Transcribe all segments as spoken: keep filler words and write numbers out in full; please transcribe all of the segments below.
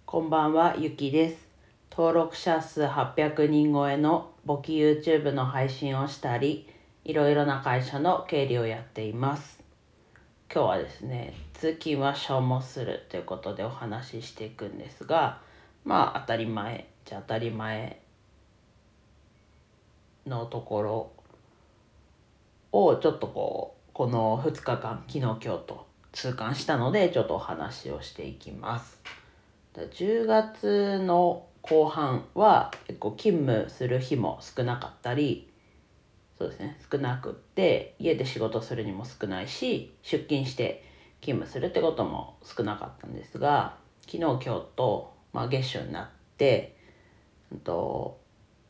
こんばんは、ゆきです。登録者数はっぴゃくにん超えの簿記 YouTube の配信をしたり、いろいろな会社の経理をやっています。今日はですね、通勤は消耗するということでお話ししていくんですが、まあ当たり前じゃ当たり前のところをちょっとこう、このふつかかん、昨日今日と痛感したので、ちょっとお話をしていきます。じゅうがつの後半は結構勤務する日も少なかったり、そうですね、少なくって家で仕事するにも少ないし、出勤して勤務するってことも少なかったんですが、昨日今日と、まあ、月初になって、うんと、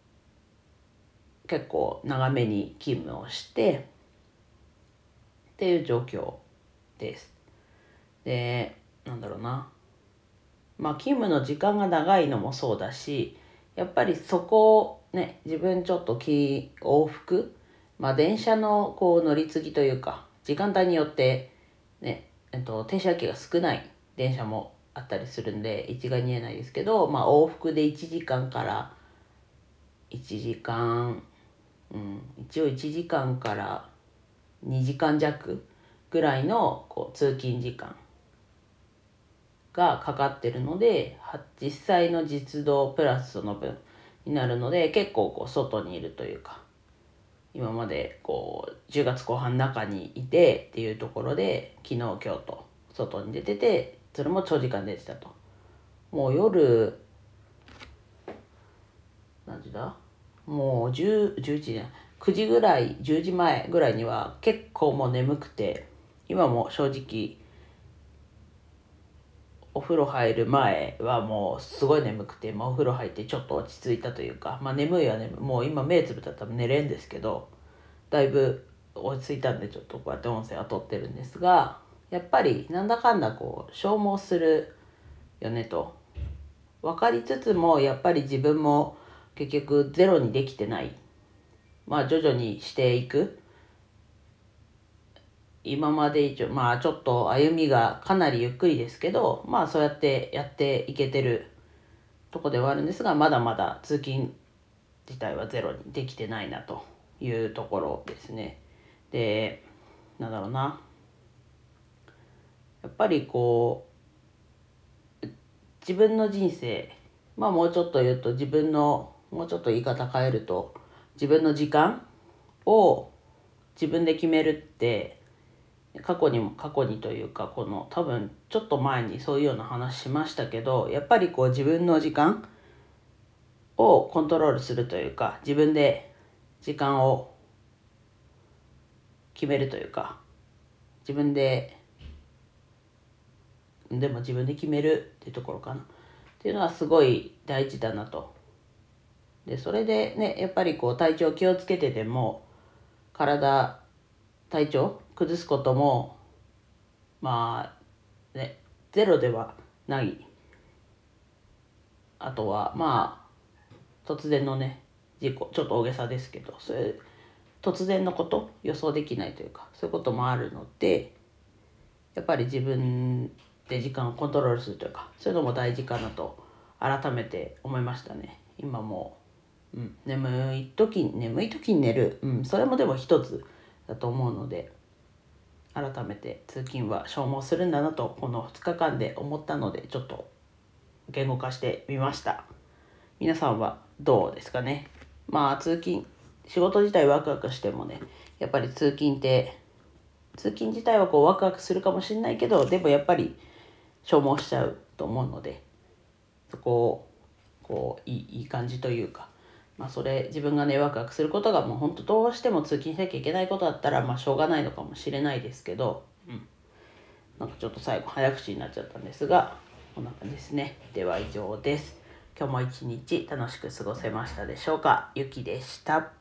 結構長めに勤務をしてっていう状況です。で、なんだろうな。まあ勤務の時間が長いのもそうだし、やっぱりそこをね、自分ちょっと往復、まあ電車のこう乗り継ぎというか、時間帯によってね、えっと、停車駅が少ない電車もあったりするんで、一概に言えないですけど、まあ往復でいちじかんからいちじかん、うん、一応いちじかんからにじかん弱ぐらいのこう通勤時間がかかってるので、実際の実動プラスその分になるので、結構こう外にいるというか、今までこうじゅうがつこう半中にいてっていうところで、昨日今日と外に出てて、それも長時間出てたと。もう夜何時だもうじゅう、じゅういちじじゃないくじぐらい、じゅうじまえぐらいには結構もう眠くて、今も正直お風呂入る前はもうすごい眠くて、まあ、お風呂入ってちょっと落ち着いたというか、まあ眠いは眠い、もう今目つぶったら多分寝れんですけど、だいぶ落ち着いたんでちょっとこうやって音声は撮ってるんですが、やっぱりなんだかんだこう消耗するよねと分かりつつも、やっぱり自分も結局ゼロにできてない、まあ徐々にしていく、今まで以上、まあちょっと歩みがかなりゆっくりですけど、まあそうやってやっていけてるとこではあるんですが、まだまだ通勤自体はゼロにできてないなというところですね。で、なんだろうな。やっぱりこう、自分の人生、まあもうちょっと言うと自分の、もうちょっと言い方変えると、自分の時間を自分で決めるって、過去にも過去にというか、この多分ちょっと前にそういうような話しましたけど、やっぱりこう自分の時間をコントロールするというか、自分で時間を決めるというか、自分ででも自分で決めるっていうところかなっていうのはすごい大事だなと。でそれでね、やっぱりこう体調気をつけてても、体体調崩すこともまあねゼロではない。あとはまあ突然のね事故、ちょっと大げさですけど、そういう突然のこと予想できないというか、そういうこともあるので、やっぱり自分で時間をコントロールするというか、そういうのも大事かなと改めて思いましたね。今もう、うん、眠い時に眠い時に寝る、うん、それもでも一つだと思うので、改めて通勤は消耗するんだなとこのふつかかんで思ったので、ちょっと言語化してみました。皆さんはどうですかね。まあ通勤、仕事自体ワクワクしてもね、やっぱり通勤って通勤自体はこうワクワクするかもしれないけど、でもやっぱり消耗しちゃうと思うので、そこをこういいいい感じというか、まあそれ自分がねワクワクすることがもう本当どうしても通勤しなきゃいけないことだったら、まあしょうがないのかもしれないですけど、うん、なんかちょっと最後早口になっちゃったんですが、こんな感じですね。では以上です。今日も一日楽しく過ごせましたでしょうか。ゆきでした。